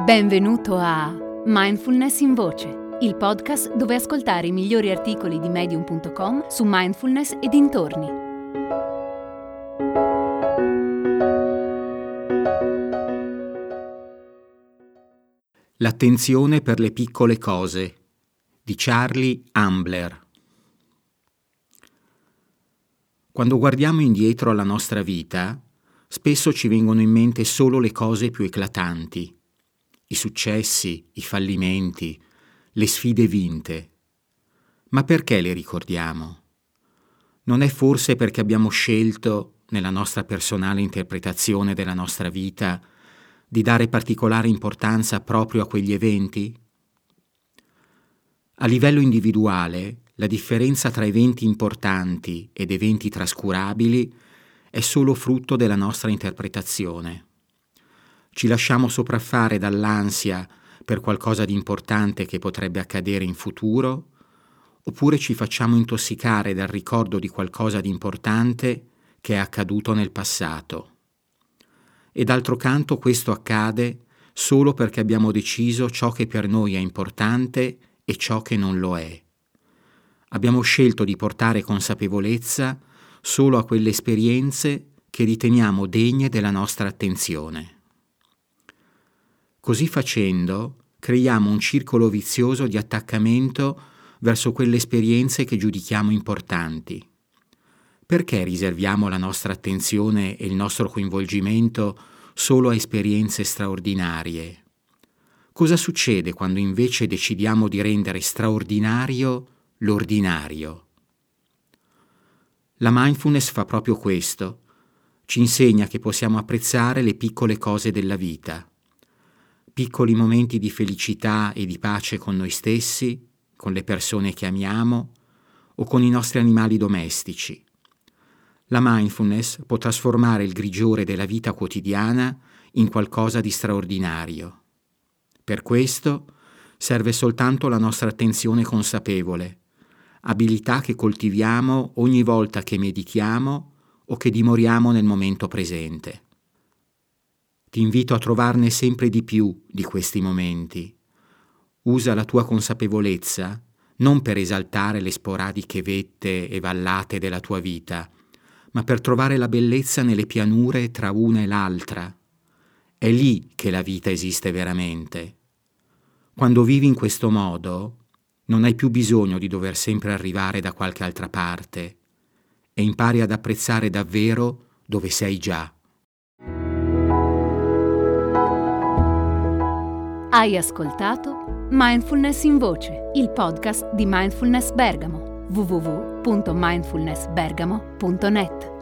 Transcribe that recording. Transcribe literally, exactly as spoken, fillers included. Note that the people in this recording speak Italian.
Benvenuto a Mindfulness in Voce, il podcast dove ascoltare i migliori articoli di medium punto com su mindfulness e dintorni. L'attenzione per le piccole cose di Charlie Ambler. Quando guardiamo indietro alla nostra vita, spesso ci vengono in mente solo le cose più eclatanti, i successi, i fallimenti, le sfide vinte. Ma perché le ricordiamo? Non è forse perché abbiamo scelto, nella nostra personale interpretazione della nostra vita, di dare particolare importanza proprio a quegli eventi? A livello individuale, la differenza tra eventi importanti ed eventi trascurabili è solo frutto della nostra interpretazione. Ci lasciamo sopraffare dall'ansia per qualcosa di importante che potrebbe accadere in futuro, oppure ci facciamo intossicare dal ricordo di qualcosa di importante che è accaduto nel passato. E d'altro canto questo accade solo perché abbiamo deciso ciò che per noi è importante e ciò che non lo è. Abbiamo scelto di portare consapevolezza solo a quelle esperienze che riteniamo degne della nostra attenzione. Così facendo, creiamo un circolo vizioso di attaccamento verso quelle esperienze che giudichiamo importanti. Perché riserviamo la nostra attenzione e il nostro coinvolgimento solo a esperienze straordinarie? Cosa succede quando invece decidiamo di rendere straordinario l'ordinario? La mindfulness fa proprio questo. Ci insegna che possiamo apprezzare le piccole cose della vita. Piccoli momenti di felicità e di pace con noi stessi, con le persone che amiamo o con i nostri animali domestici. La mindfulness può trasformare il grigiore della vita quotidiana in qualcosa di straordinario. Per questo serve soltanto la nostra attenzione consapevole, abilità che coltiviamo ogni volta che meditiamo o che dimoriamo nel momento presente. Ti invito a trovarne sempre di più di questi momenti. Usa la tua consapevolezza non per esaltare le sporadiche vette e vallate della tua vita, ma per trovare la bellezza nelle pianure tra una e l'altra. È lì che la vita esiste veramente. Quando vivi in questo modo, non hai più bisogno di dover sempre arrivare da qualche altra parte e impari ad apprezzare davvero dove sei già. Hai ascoltato Mindfulness in Voce, il podcast di Mindfulness Bergamo. w w w punto mindfulness bergamo punto net